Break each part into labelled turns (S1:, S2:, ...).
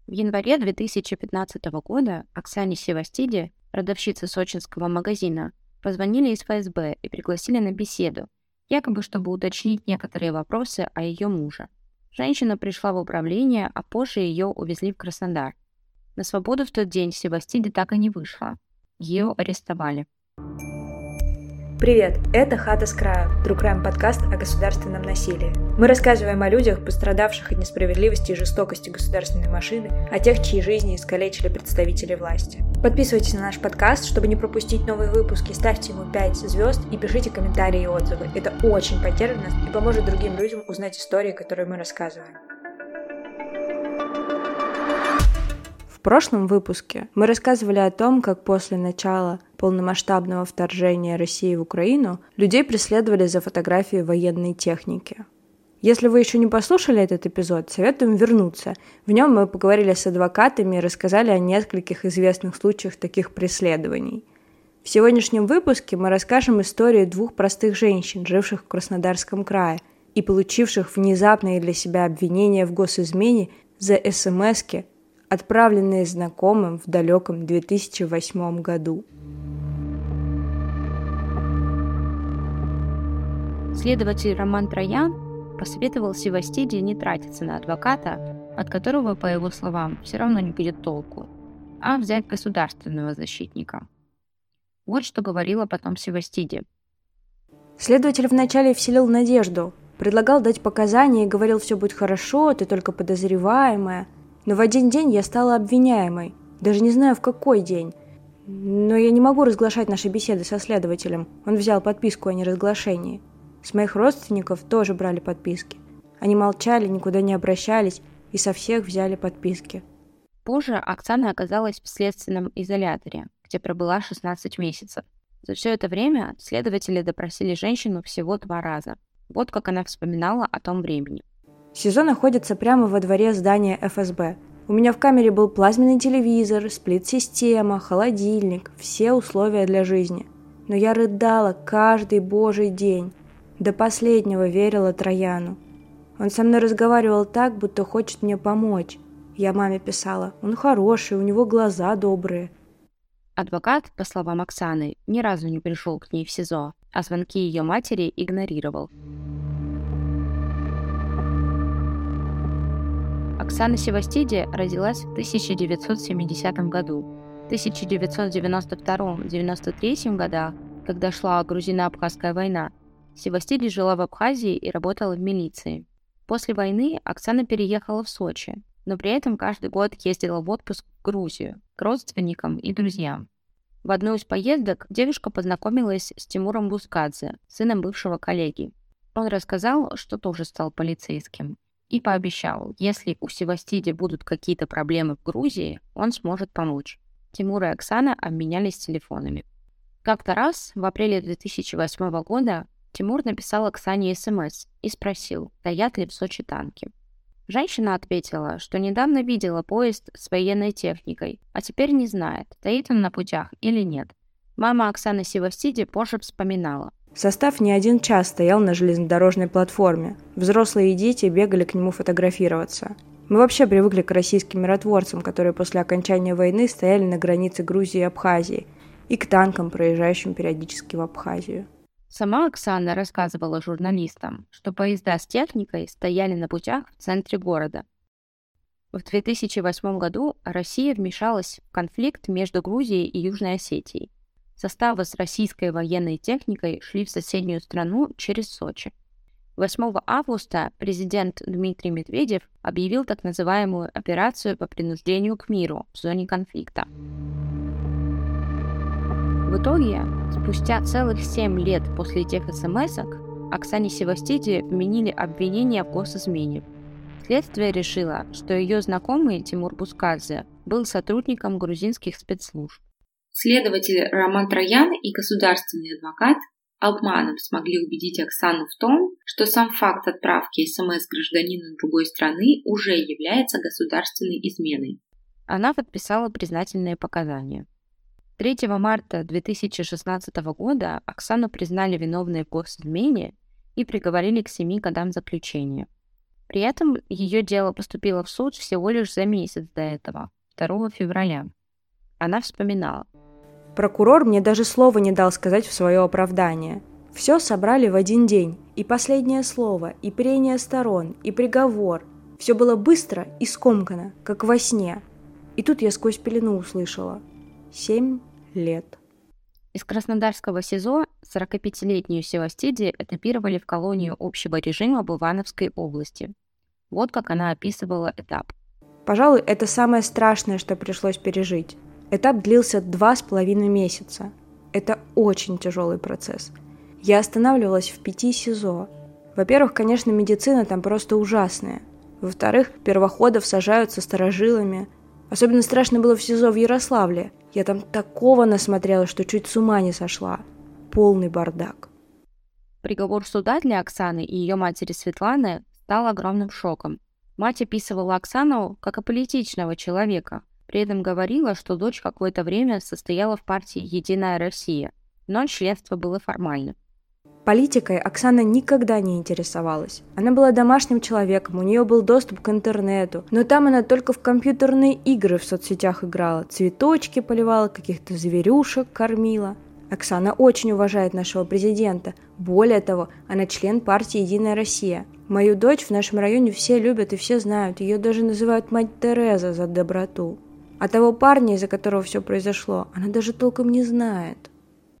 S1: В январе 2015 года Оксане Севастиде, продавщице сочинского магазина, позвонили из ФСБ и пригласили на беседу, якобы чтобы уточнить некоторые вопросы о ее муже. Женщина пришла в управление, а позже ее увезли в Краснодар. На свободу в тот день Севастиде так и не вышла. Ее арестовали.
S2: Привет, это «Хата с краю», True Crime подкаст о государственном насилии. Мы рассказываем о людях, пострадавших от несправедливости и жестокости государственной машины, о тех, чьи жизни искалечили представители власти. Подписывайтесь на наш подкаст, чтобы не пропустить новые выпуски, ставьте ему 5 звезд и пишите комментарии и отзывы. Это очень поддержит нас и поможет другим людям узнать истории, которые мы рассказываем. В прошлом выпуске мы рассказывали о том, как после начала полномасштабного вторжения России в Украину людей преследовали за фотографии военной техники. Если вы еще не послушали этот эпизод, советуем вернуться. В нем мы поговорили с адвокатами и рассказали о нескольких известных случаях таких преследований. В сегодняшнем выпуске мы расскажем историю двух простых женщин, живших в Краснодарском крае и получивших внезапные для себя обвинения в госизмене за СМС-ки, отправленные знакомым в далеком 2008 году.
S1: Следователь Роман Троян посоветовал Севастиде не тратиться на адвоката, от которого, по его словам, все равно не будет толку, а взять государственного защитника. Вот что говорила потом Севастиде.
S2: Следователь вначале вселил надежду, предлагал дать показания и говорил: «Все будет хорошо, ты только подозреваемая». Но в один день я стала обвиняемой. Даже не знаю, в какой день. Но я не могу разглашать наши беседы со следователем. Он взял подписку о неразглашении. С моих родственников тоже брали подписки. Они молчали, никуда не обращались и со всех взяли подписки.
S1: Позже Оксана оказалась в следственном изоляторе, где пробыла 16 месяцев. За все это время следователи допросили женщину всего 2 раза. Вот как она вспоминала о том времени.
S2: СИЗО находится прямо во дворе здания ФСБ. У меня в камере был плазменный телевизор, сплит-система, холодильник, все условия для жизни. Но я рыдала каждый божий день. До последнего верила Трояну. Он со мной разговаривал так, будто хочет мне помочь. Я маме писала: он хороший, у него глаза добрые.
S1: Адвокат, по словам Оксаны, ни разу не пришел к ней в СИЗО, а звонки ее матери игнорировал. Оксана Севастиде родилась в 1970 году. В 1992-1993 годах, когда шла грузино-абхазская война, Севастиде жила в Абхазии и работала в милиции. После войны Оксана переехала в Сочи, но при этом каждый год ездила в отпуск в Грузию к родственникам и друзьям. В одну из поездок девушка познакомилась с Тимуром Бускадзе, сыном бывшего коллеги. Он рассказал, что тоже стал полицейским, и пообещал, если у Севастиде будут какие-то проблемы в Грузии, он сможет помочь. Тимур и Оксана обменялись телефонами. Как-то раз, в апреле 2008 года, Тимур написал Оксане СМС и спросил, стоят ли в Сочи танки. Женщина ответила, что недавно видела поезд с военной техникой, а теперь не знает, стоит он на путях или нет. Мама Оксаны Севастиде позже вспоминала.
S2: Состав не один час стоял на железнодорожной платформе. Взрослые и дети бегали к нему фотографироваться. Мы вообще привыкли к российским миротворцам, которые после окончания войны стояли на границе Грузии и Абхазии, и к танкам, проезжающим периодически в Абхазию.
S1: Сама Оксана рассказывала журналистам, что поезда с техникой стояли на путях в центре города. В 2008 году Россия вмешалась в конфликт между Грузией и Южной Осетией. Составы с российской военной техникой шли в соседнюю страну через Сочи. 8 августа президент Дмитрий Медведев объявил так называемую операцию по принуждению к миру в зоне конфликта. В итоге, спустя целых 7 лет после тех смс-ок, Оксане Севастиде вменили обвинение в госизмене. Следствие решило, что ее знакомый Тимур Бускадзе был сотрудником грузинских спецслужб. Следователь Роман Троян и государственный адвокат обманом смогли убедить Оксану в том, что сам факт отправки СМС гражданину другой страны уже является государственной изменой. Она подписала признательные показания. 3 марта 2016 года Оксану признали виновной в госизмене и приговорили к 7 годам заключения. При этом ее дело поступило в суд всего лишь за месяц до этого, 2 февраля. Она вспоминала.
S2: Прокурор мне даже слова не дал сказать в свое оправдание. Все собрали в один день. И последнее слово, и прения сторон, и приговор. Все было быстро и скомкано, как во сне. И тут я сквозь пелену услышала. 7 лет.
S1: Из Краснодарского СИЗО 45-летнюю Севастиди этапировали в колонию общего режима в Ивановской области. Вот как она описывала этап.
S2: Пожалуй, это самое страшное, что пришлось пережить. Этап длился 2,5 месяца. Это очень тяжелый процесс. Я останавливалась в 5 СИЗО. Во-первых, конечно, медицина там просто ужасная. Во-вторых, первоходов сажают со старожилами. Особенно страшно было в СИЗО в Ярославле. Я там такого насмотрелась, что чуть с ума не сошла. Полный бардак.
S1: Приговор суда для Оксаны и ее матери Светланы стал огромным шоком. Мать описывала Оксану как аполитичного человека. При этом говорила, что дочь какое-то время состояла в партии «Единая Россия», но членство было формальным.
S2: Политикой Оксана никогда не интересовалась. Она была домашним человеком, у нее был доступ к интернету, но там она только в компьютерные игры в соцсетях играла, цветочки поливала, каких-то зверюшек кормила. Оксана очень уважает нашего президента. Более того, она член партии «Единая Россия». Мою дочь в нашем районе все любят и все знают, ее даже называют мать Тереза за доброту. А того парня, из-за которого все произошло, она даже толком не знает.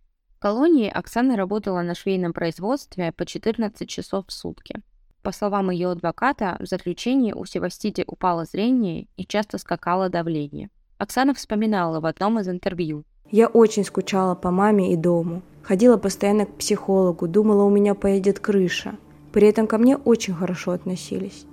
S1: В колонии Оксана работала на швейном производстве по 14 часов в сутки. По словам ее адвоката, в заключении у Севастиди упало зрение и часто скакало давление. Оксана вспоминала в одном из интервью.
S2: «Я очень скучала по маме и дому. Ходила постоянно к психологу, думала, у меня поедет крыша. При этом ко мне очень хорошо относились».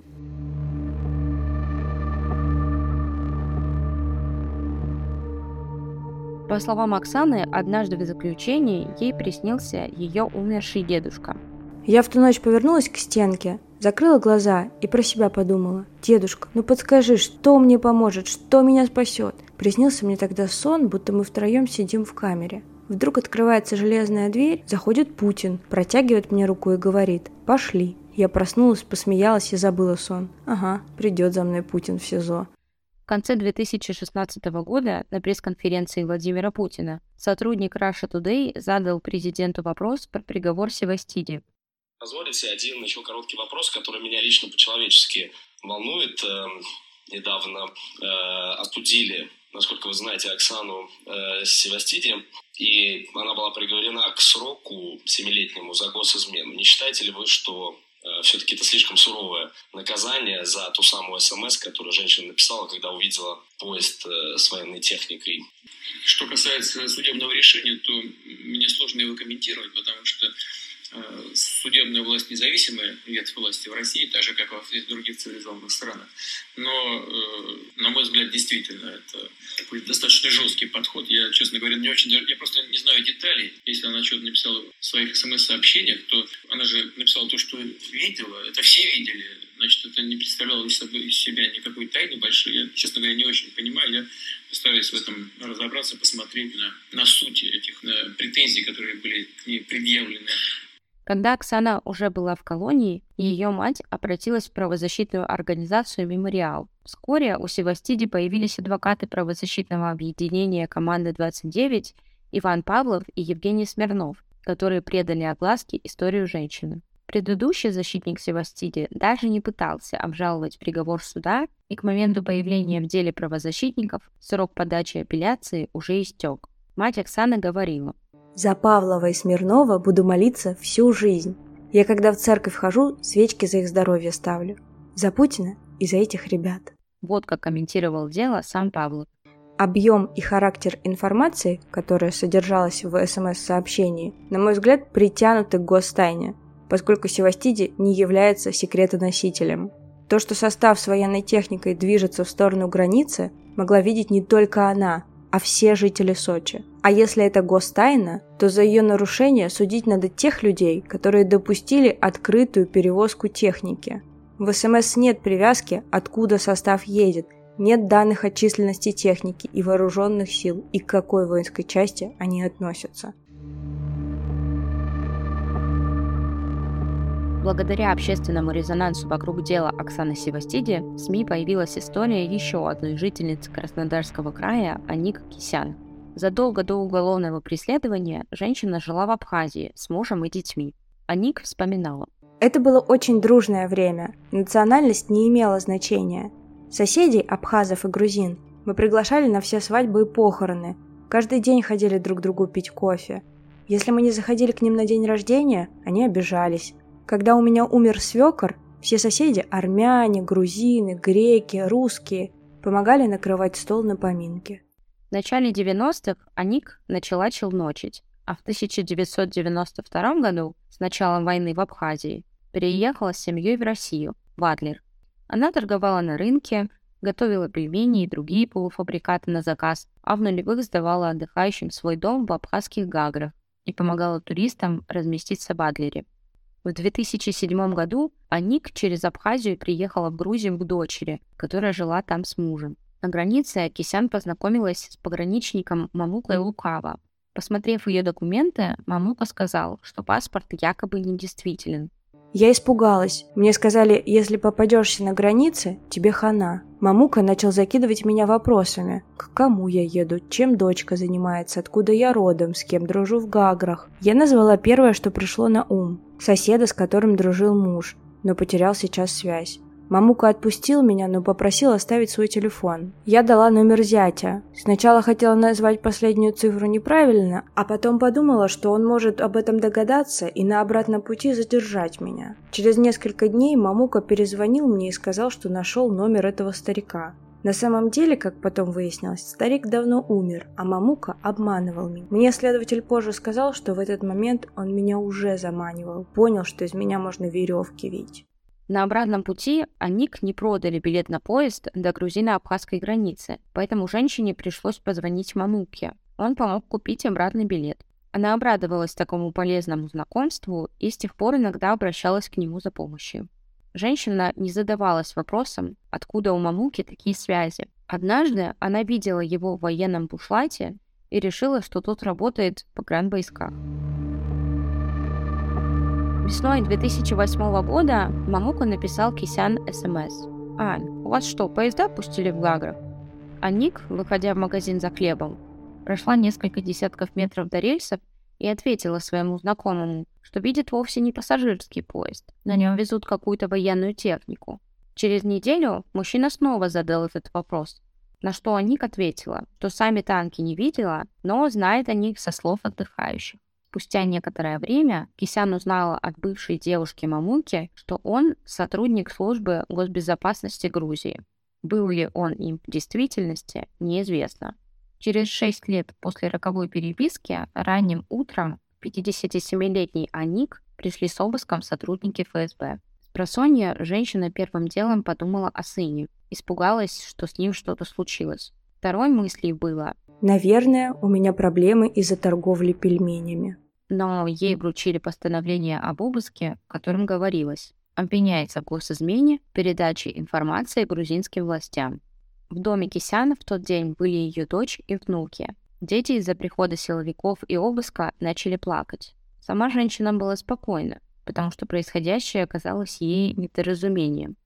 S1: По словам Оксаны, однажды в заключении ей приснился ее умерший дедушка.
S2: Я в ту ночь повернулась к стенке, закрыла глаза и про себя подумала. «Дедушка, ну подскажи, что мне поможет, что меня спасет?» Приснился мне тогда сон, будто мы втроем сидим в камере. Вдруг открывается железная дверь, заходит Путин, протягивает мне руку и говорит: «Пошли». Я проснулась, посмеялась и забыла сон. Ага, придет за мной Путин в СИЗО.
S1: В конце 2016 года на пресс-конференции Владимира Путина сотрудник Russia Today задал президенту вопрос про приговор Севастиди.
S3: Позволите один еще короткий вопрос, который меня лично по-человечески волнует. Недавно осудили, насколько вы знаете, Оксану Севастиди, и она была приговорена к сроку 7-летнему за госизмену. Не считаете ли вы, что все-таки это слишком суровое наказание за ту самую СМС, которую женщина написала, когда увидела поезд с военной техникой?
S4: Что касается судебного решения, то мне сложно его комментировать, потому что судебная власть независимая ветвь власти в России, так же, как во всех других цивилизованных странах. Но, на мой взгляд, действительно, это такой достаточно жесткий подход. Я, честно говоря, я просто не знаю деталей. Если она что-то написала в своих СМС-сообщениях, то она же написала то, что видела. Это все видели. Значит, это не представляло из себя никакой тайны большой. Я, честно говоря, не очень понимаю. Я постараюсь в этом разобраться, посмотреть на суть этих претензий, которые были к ней предъявлены.
S1: Когда Оксана уже была в колонии, ее мать обратилась в правозащитную организацию «Мемориал». Вскоре у Севастиди появились адвокаты правозащитного объединения «Команда-29» Иван Павлов и Евгений Смирнов, которые предали огласке историю женщины. Предыдущий защитник Севастиди даже не пытался обжаловать приговор суда, и к моменту появления в деле правозащитников срок подачи апелляции уже истек. Мать Оксаны говорила:
S2: «За Павлова и Смирнова буду молиться всю жизнь. Я, когда в церковь хожу, свечки за их здоровье ставлю. За Путина и за этих ребят».
S1: Вот как комментировал дело сам Павлов.
S2: Объем и характер информации, которая содержалась в СМС-сообщении, на мой взгляд, притянуты к гостайне, поскольку Севастиди не является секретоносителем. То, что состав с военной техникой движется в сторону границы, могла видеть не только она, а все жители Сочи. А если это гостайна, то за ее нарушение судить надо тех людей, которые допустили открытую перевозку техники. В СМС нет привязки, откуда состав едет, нет данных о численности техники и вооруженных сил и к какой воинской части они относятся.
S1: Благодаря общественному резонансу вокруг дела Оксаны Севастиди в СМИ появилась история еще одной жительницы Краснодарского края Аник Кисян. Задолго до уголовного преследования женщина жила в Абхазии с мужем и детьми. Аник вспоминала.
S2: Это было очень дружное время. Национальность не имела значения. Соседей, абхазов и грузин, мы приглашали на все свадьбы и похороны. Каждый день ходили друг к другу пить кофе. Если мы не заходили к ним на день рождения, они обижались. Когда у меня умер свекор, все соседи – армяне, грузины, греки, русские – помогали накрывать стол на поминки.
S1: В начале 90-х Аник начала челночить, а в 1992 году, с началом войны в Абхазии, переехала с семьей в Россию, в Адлер. Она торговала на рынке, готовила пельмени и другие полуфабрикаты на заказ, а в нулевых сдавала отдыхающим свой дом в абхазских Гаграх и помогала туристам разместиться в Адлере. В 2007 году Аник через Абхазию приехала в Грузию к дочери, которая жила там с мужем. На границе Кисян познакомилась с пограничником Мамукой Лукава. Посмотрев ее документы, Мамука сказал, что паспорт якобы недействителен.
S2: Я испугалась. Мне сказали, если попадешься на границе, тебе хана. Мамука начал закидывать меня вопросами. К кому я еду, чем дочка занимается, откуда я родом, с кем дружу в Гаграх. Я назвала первое, что пришло на ум. Соседа, с которым дружил муж, но потерял сейчас связь. Мамука отпустил меня, но попросил оставить свой телефон. Я дала номер зятя. Сначала хотела назвать последнюю цифру неправильно, а потом подумала, что он может об этом догадаться и на обратном пути задержать меня. Через несколько дней Мамука перезвонил мне и сказал, что нашел номер этого старика. На самом деле, как потом выяснилось, старик давно умер, а Мамука обманывал меня. Мне следователь позже сказал, что в этот момент он меня уже заманивал. Понял, что из меня можно веревки вить.
S1: На обратном пути Аник не продали билет на поезд до грузино-абхазской границы, поэтому женщине пришлось позвонить Мамуке. Он помог купить обратный билет. Она обрадовалась такому полезному знакомству и с тех пор иногда обращалась к нему за помощью. Женщина не задавалась вопросом, откуда у Мамуки такие связи. Однажды она видела его в военном бушлате и решила, что тот работает в погранвойсках. Весной 2008 года Мамука написал Кисян СМС. «Ань, у вас что, поезда пустили в Гаграх?» Аник, выходя в магазин за хлебом, прошла несколько десятков метров до рельсов и ответила своему знакомому, что видит вовсе не пассажирский поезд, на нем везут какую-то военную технику. Через неделю мужчина снова задал этот вопрос, на что Аник ответила, что сами танки не видела, но знает о них со слов отдыхающих. Спустя некоторое время Кисян узнала от бывшей девушки Мамуки, что он сотрудник службы госбезопасности Грузии. Был ли он им в действительности, неизвестно. Через 6 лет после роковой переписки ранним утром 57-летний Аник пришли с обыском сотрудники ФСБ. Спросонья женщина первым делом подумала о сыне, испугалась, что с ним что-то случилось. Второй мыслью было:
S2: наверное, у меня проблемы из-за торговли пельменями.
S1: Но ей вручили постановление об обыске, в котором говорилось: обвиняется в госизмене, передаче информации грузинским властям. В доме Кисяна в тот день были ее дочь и внуки. Дети из-за прихода силовиков и обыска начали плакать. Сама женщина была спокойна, потому что происходящее оказалось ей недоразумением.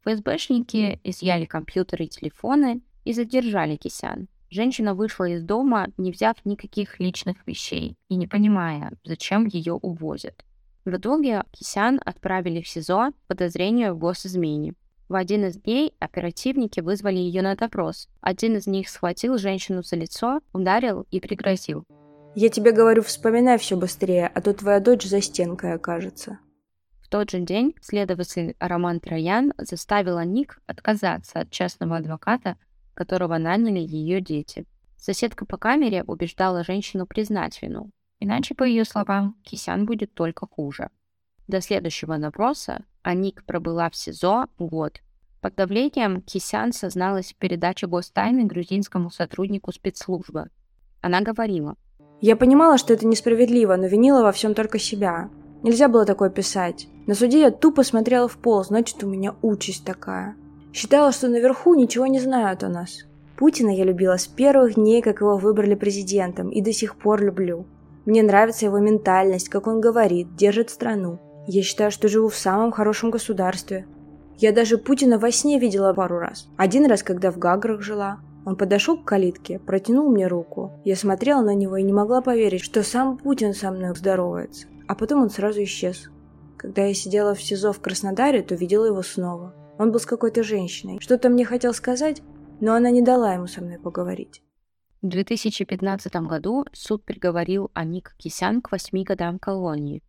S1: ФСБшники изъяли компьютеры и телефоны и задержали Кисян. Женщина вышла из дома, не взяв никаких личных вещей и не понимая, зачем ее увозят. В итоге Кисян отправили в СИЗО по подозрению в госизмене. В один из дней оперативники вызвали ее на допрос. Один из них схватил женщину за лицо, ударил и пригрозил:
S2: «Я тебе говорю, вспоминай все быстрее, а то твоя дочь за стенкой окажется».
S1: В тот же день следователь Роман Троян заставил Аник отказаться от частного адвоката, которого наняли ее дети. Соседка по камере убеждала женщину признать вину. Иначе, по ее словам, Кисян будет только хуже. До следующего допроса Аник пробыла в СИЗО год. Под давлением Кисян созналась в передаче гостайны грузинскому сотруднику спецслужбы. Она говорила:
S2: «Я понимала, что это несправедливо, но винила во всем только себя. Нельзя было такое писать. На суде я тупо смотрела в пол, значит, у меня участь такая. Считала, что наверху ничего не знают о нас. Путина я любила с первых дней, как его выбрали президентом, и до сих пор люблю. Мне нравится его ментальность, как он говорит, держит страну. Я считаю, что живу в самом хорошем государстве. Я даже Путина во сне видела пару раз. Один раз, когда в Гаграх жила. Он подошел к калитке, протянул мне руку. Я смотрела на него и не могла поверить, что сам Путин со мной здоровается. А потом он сразу исчез. Когда я сидела в СИЗО в Краснодаре, то видела его снова. Он был с какой-то женщиной. Что-то мне хотел сказать, но она не дала ему со мной поговорить.
S1: В 2015 году суд приговорил Аник Кисян к 8 годам колонии.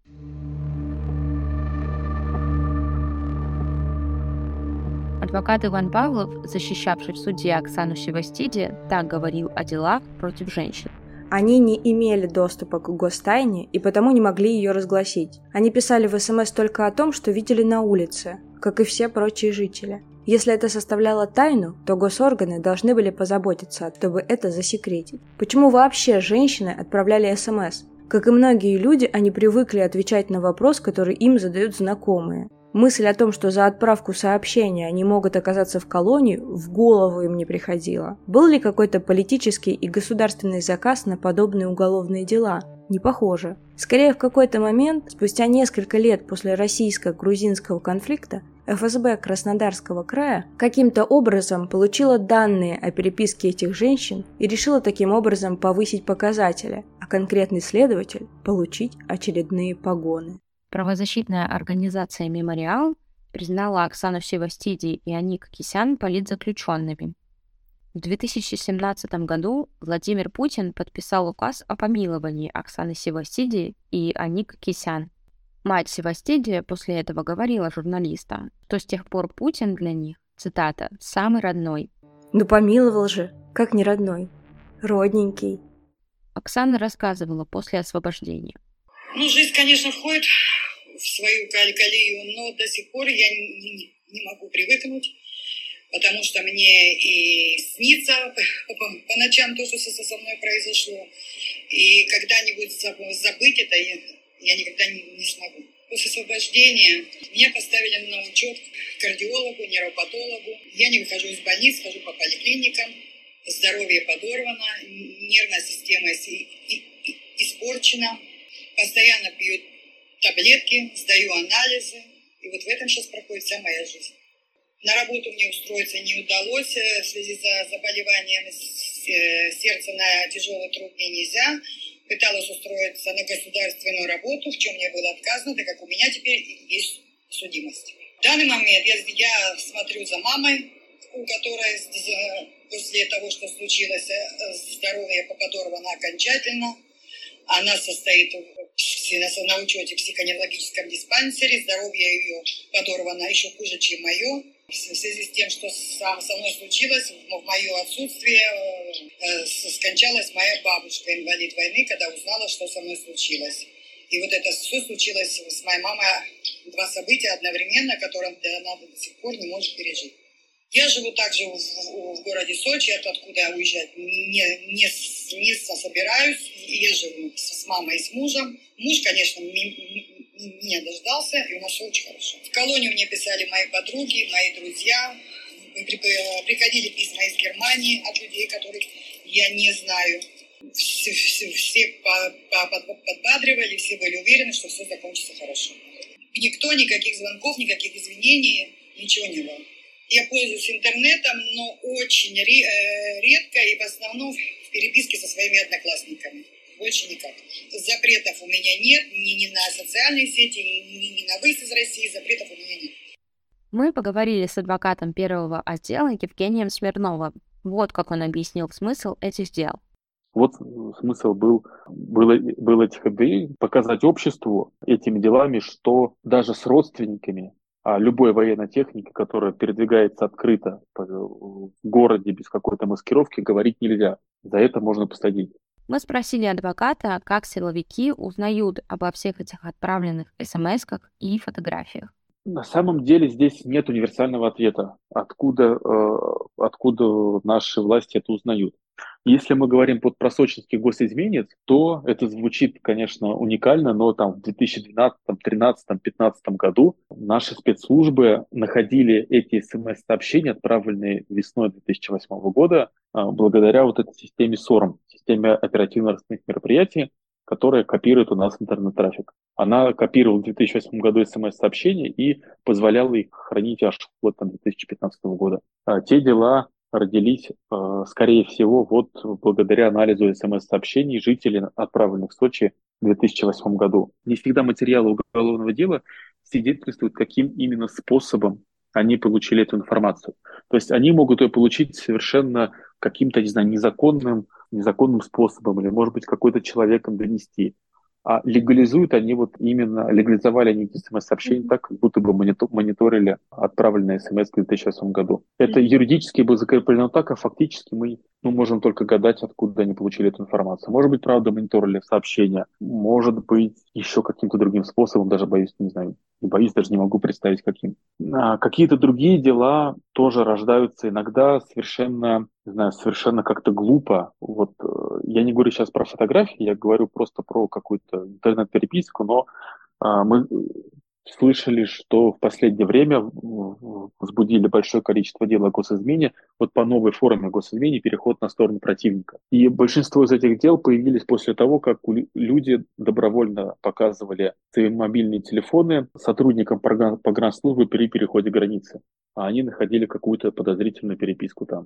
S1: Адвокат Иван Павлов, защищавший в суде Оксану Севастиди, так говорил о делах против женщин.
S2: Они не имели доступа к гостайне и потому не могли ее разгласить. Они писали в СМС только о том, что видели на улице, как и все прочие жители. Если это составляло тайну, то госорганы должны были позаботиться, чтобы это засекретить. Почему вообще женщины отправляли СМС? Как и многие люди, они привыкли отвечать на вопрос, который им задают знакомые. Мысль о том, что за отправку сообщения они могут оказаться в колонии, в голову им не приходила. Был ли какой-то политический и государственный заказ на подобные уголовные дела? Не похоже. Скорее, в какой-то момент, спустя несколько лет после российско-грузинского конфликта, ФСБ Краснодарского края каким-то образом получила данные о переписке этих женщин и решила таким образом повысить показатели, а конкретный следователь получить очередные погоны.
S1: Правозащитная организация «Мемориал» признала Оксану Севастиди и Аник Кисян политзаключенными. В 2017 году Владимир Путин подписал указ о помиловании Оксаны Севастиди и Аник Кисян. Мать Севастиди после этого говорила журналистам, что с тех пор Путин для них, цитата, «самый родной».
S2: Ну помиловал же, как не родной, родненький.
S1: Оксана рассказывала после освобождения.
S5: Жизнь, конечно, входит в свою колею, но до сих пор я не могу привыкнуть, потому что мне и снится по ночам то, что со мной произошло, и когда-нибудь забыть это я никогда не смогу. После освобождения меня поставили на учет к кардиологу, нейропатологу. Я не выхожу из больниц, хожу по поликлиникам, здоровье подорвано, нервная система испорчена. Постоянно пью таблетки, сдаю анализы. И вот в этом сейчас проходит вся моя жизнь. На работу мне устроиться не удалось. В связи с заболеванием сердца на тяжелый труд мне нельзя. Пыталась устроиться на государственную работу, в чем мне было отказано, так как у меня теперь есть судимость. В данный момент я смотрю за мамой, у которой после того, что случилось, здоровье подорвано окончательно. Она состоит на учете в психоневрологическом диспансере, здоровье ее подорвано еще хуже, чем мое. В связи с тем, что со мной случилось, в мое отсутствие скончалась моя бабушка, инвалид войны, когда узнала, что со мной случилось. И вот это все случилось с моей мамой, два события одновременно, которые она до сих пор не может пережить. Я живу также в городе Сочи, откуда я уезжать не собираюсь. Я живу с мамой и с мужем. Муж, конечно, меня дождался, и у нас все очень хорошо. В колонию мне писали мои подруги, мои друзья. Приходили письма из Германии от людей, которых я не знаю. Все подбадривали, все были уверены, что все закончится хорошо. Никто, никаких звонков, никаких извинений, ничего не было. Я пользуюсь интернетом, но очень редко и в основном в переписке со своими одноклассниками. Больше никак. Запретов у меня нет, ни на социальные сети, ни на выезд из России, запретов у меня нет.
S1: Мы поговорили с адвокатом первого отдела Евгением Смирновым. Вот как он объяснил смысл этих дел.
S6: Вот смысл был этих АДИ показать обществу этими делами, что даже с родственниками любой военной техники, которая передвигается открыто в городе без какой-то маскировки, говорить нельзя. За это можно посадить.
S1: Мы спросили адвоката, как силовики узнают обо всех этих отправленных смс-ках и фотографиях.
S6: На самом деле здесь нет универсального ответа, откуда наши власти это узнают. Если мы говорим под просроченский госизменец, то это звучит, конечно, уникально, но там в 2012, 2013, 2015 году наши спецслужбы находили эти СМС-сообщения, отправленные весной 2008 года, благодаря вот этой системе СОРМ, системе оперативно-розыскных мероприятий, которая копирует у нас интернет-трафик. Она копировала в 2008 году смс-сообщения и позволяла их хранить аж вплоть до 2015 года. Те дела родились, скорее всего, вот благодаря анализу смс-сообщений жителей, отправленных в Сочи в 2008 году. Не всегда материалы уголовного дела свидетельствуют, каким именно способом они получили эту информацию. То есть они могут ее получить совершенно каким-то, не знаю, незаконным способом, или, может быть, какой-то человеком донести. А легализовали они эти смс-сообщения так, как будто бы мониторили отправленные смс в 2008 году. Это юридически было закреплено так, а фактически мы можем только гадать, откуда они получили эту информацию. Может быть, правда, мониторили сообщения, может быть, еще каким-то другим способом, даже боюсь, не знаю, даже не могу представить, каким. Какие-то другие дела тоже рождаются иногда совершенно как-то глупо. Вот я не говорю сейчас про фотографии, я говорю просто про какую-то интернет-переписку, но мы слышали, что в последнее время возбудили большое количество дел о госизмене, вот по новой форме госизмене переход на сторону противника. И большинство из этих дел появились после того, как люди добровольно показывали свои мобильные телефоны сотрудникам погранслужбы при переходе границы, а они находили какую-то подозрительную переписку там.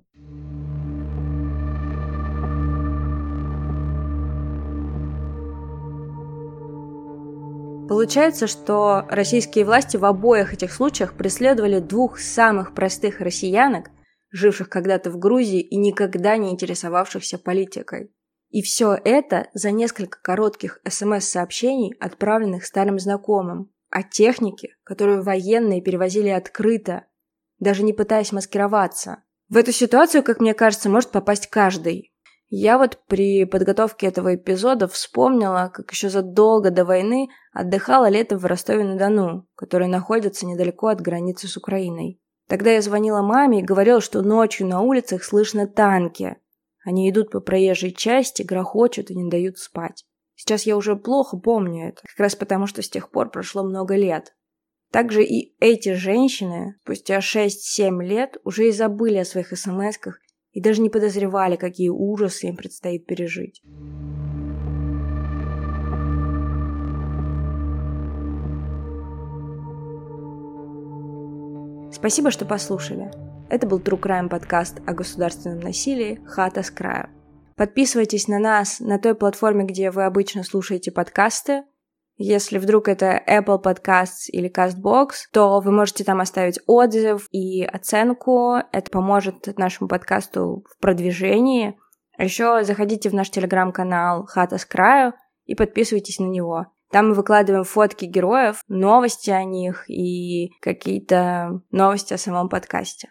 S2: Получается, что российские власти в обоих этих случаях преследовали двух самых простых россиянок, живших когда-то в Грузии и никогда не интересовавшихся политикой. И все это за несколько коротких СМС-сообщений, отправленных старым знакомым, о технике, которую военные перевозили открыто, даже не пытаясь маскироваться. В эту ситуацию, как мне кажется, может попасть каждый. Я вот при подготовке этого эпизода вспомнила, как еще задолго до войны отдыхала летом в Ростове-на-Дону, который находится недалеко от границы с Украиной. Тогда я звонила маме и говорила, что ночью на улицах слышно танки. Они идут по проезжей части, грохочут и не дают спать. Сейчас я уже плохо помню это, как раз потому, что с тех пор прошло много лет. Также и эти женщины спустя 6-7 лет уже и забыли о своих смс-ках и даже не подозревали, какие ужасы им предстоит пережить. Спасибо, что послушали. Это был True Crime подкаст о государственном насилии «Хата с краю». Подписывайтесь на нас на той платформе, где вы обычно слушаете подкасты. Если вдруг это Apple Podcasts или CastBox, то вы можете там оставить отзыв и оценку. Это поможет нашему подкасту в продвижении. А еще заходите в наш телеграм-канал «Хата с краю» и подписывайтесь на него. Там мы выкладываем фотки героев, новости о них и какие-то новости о самом подкасте.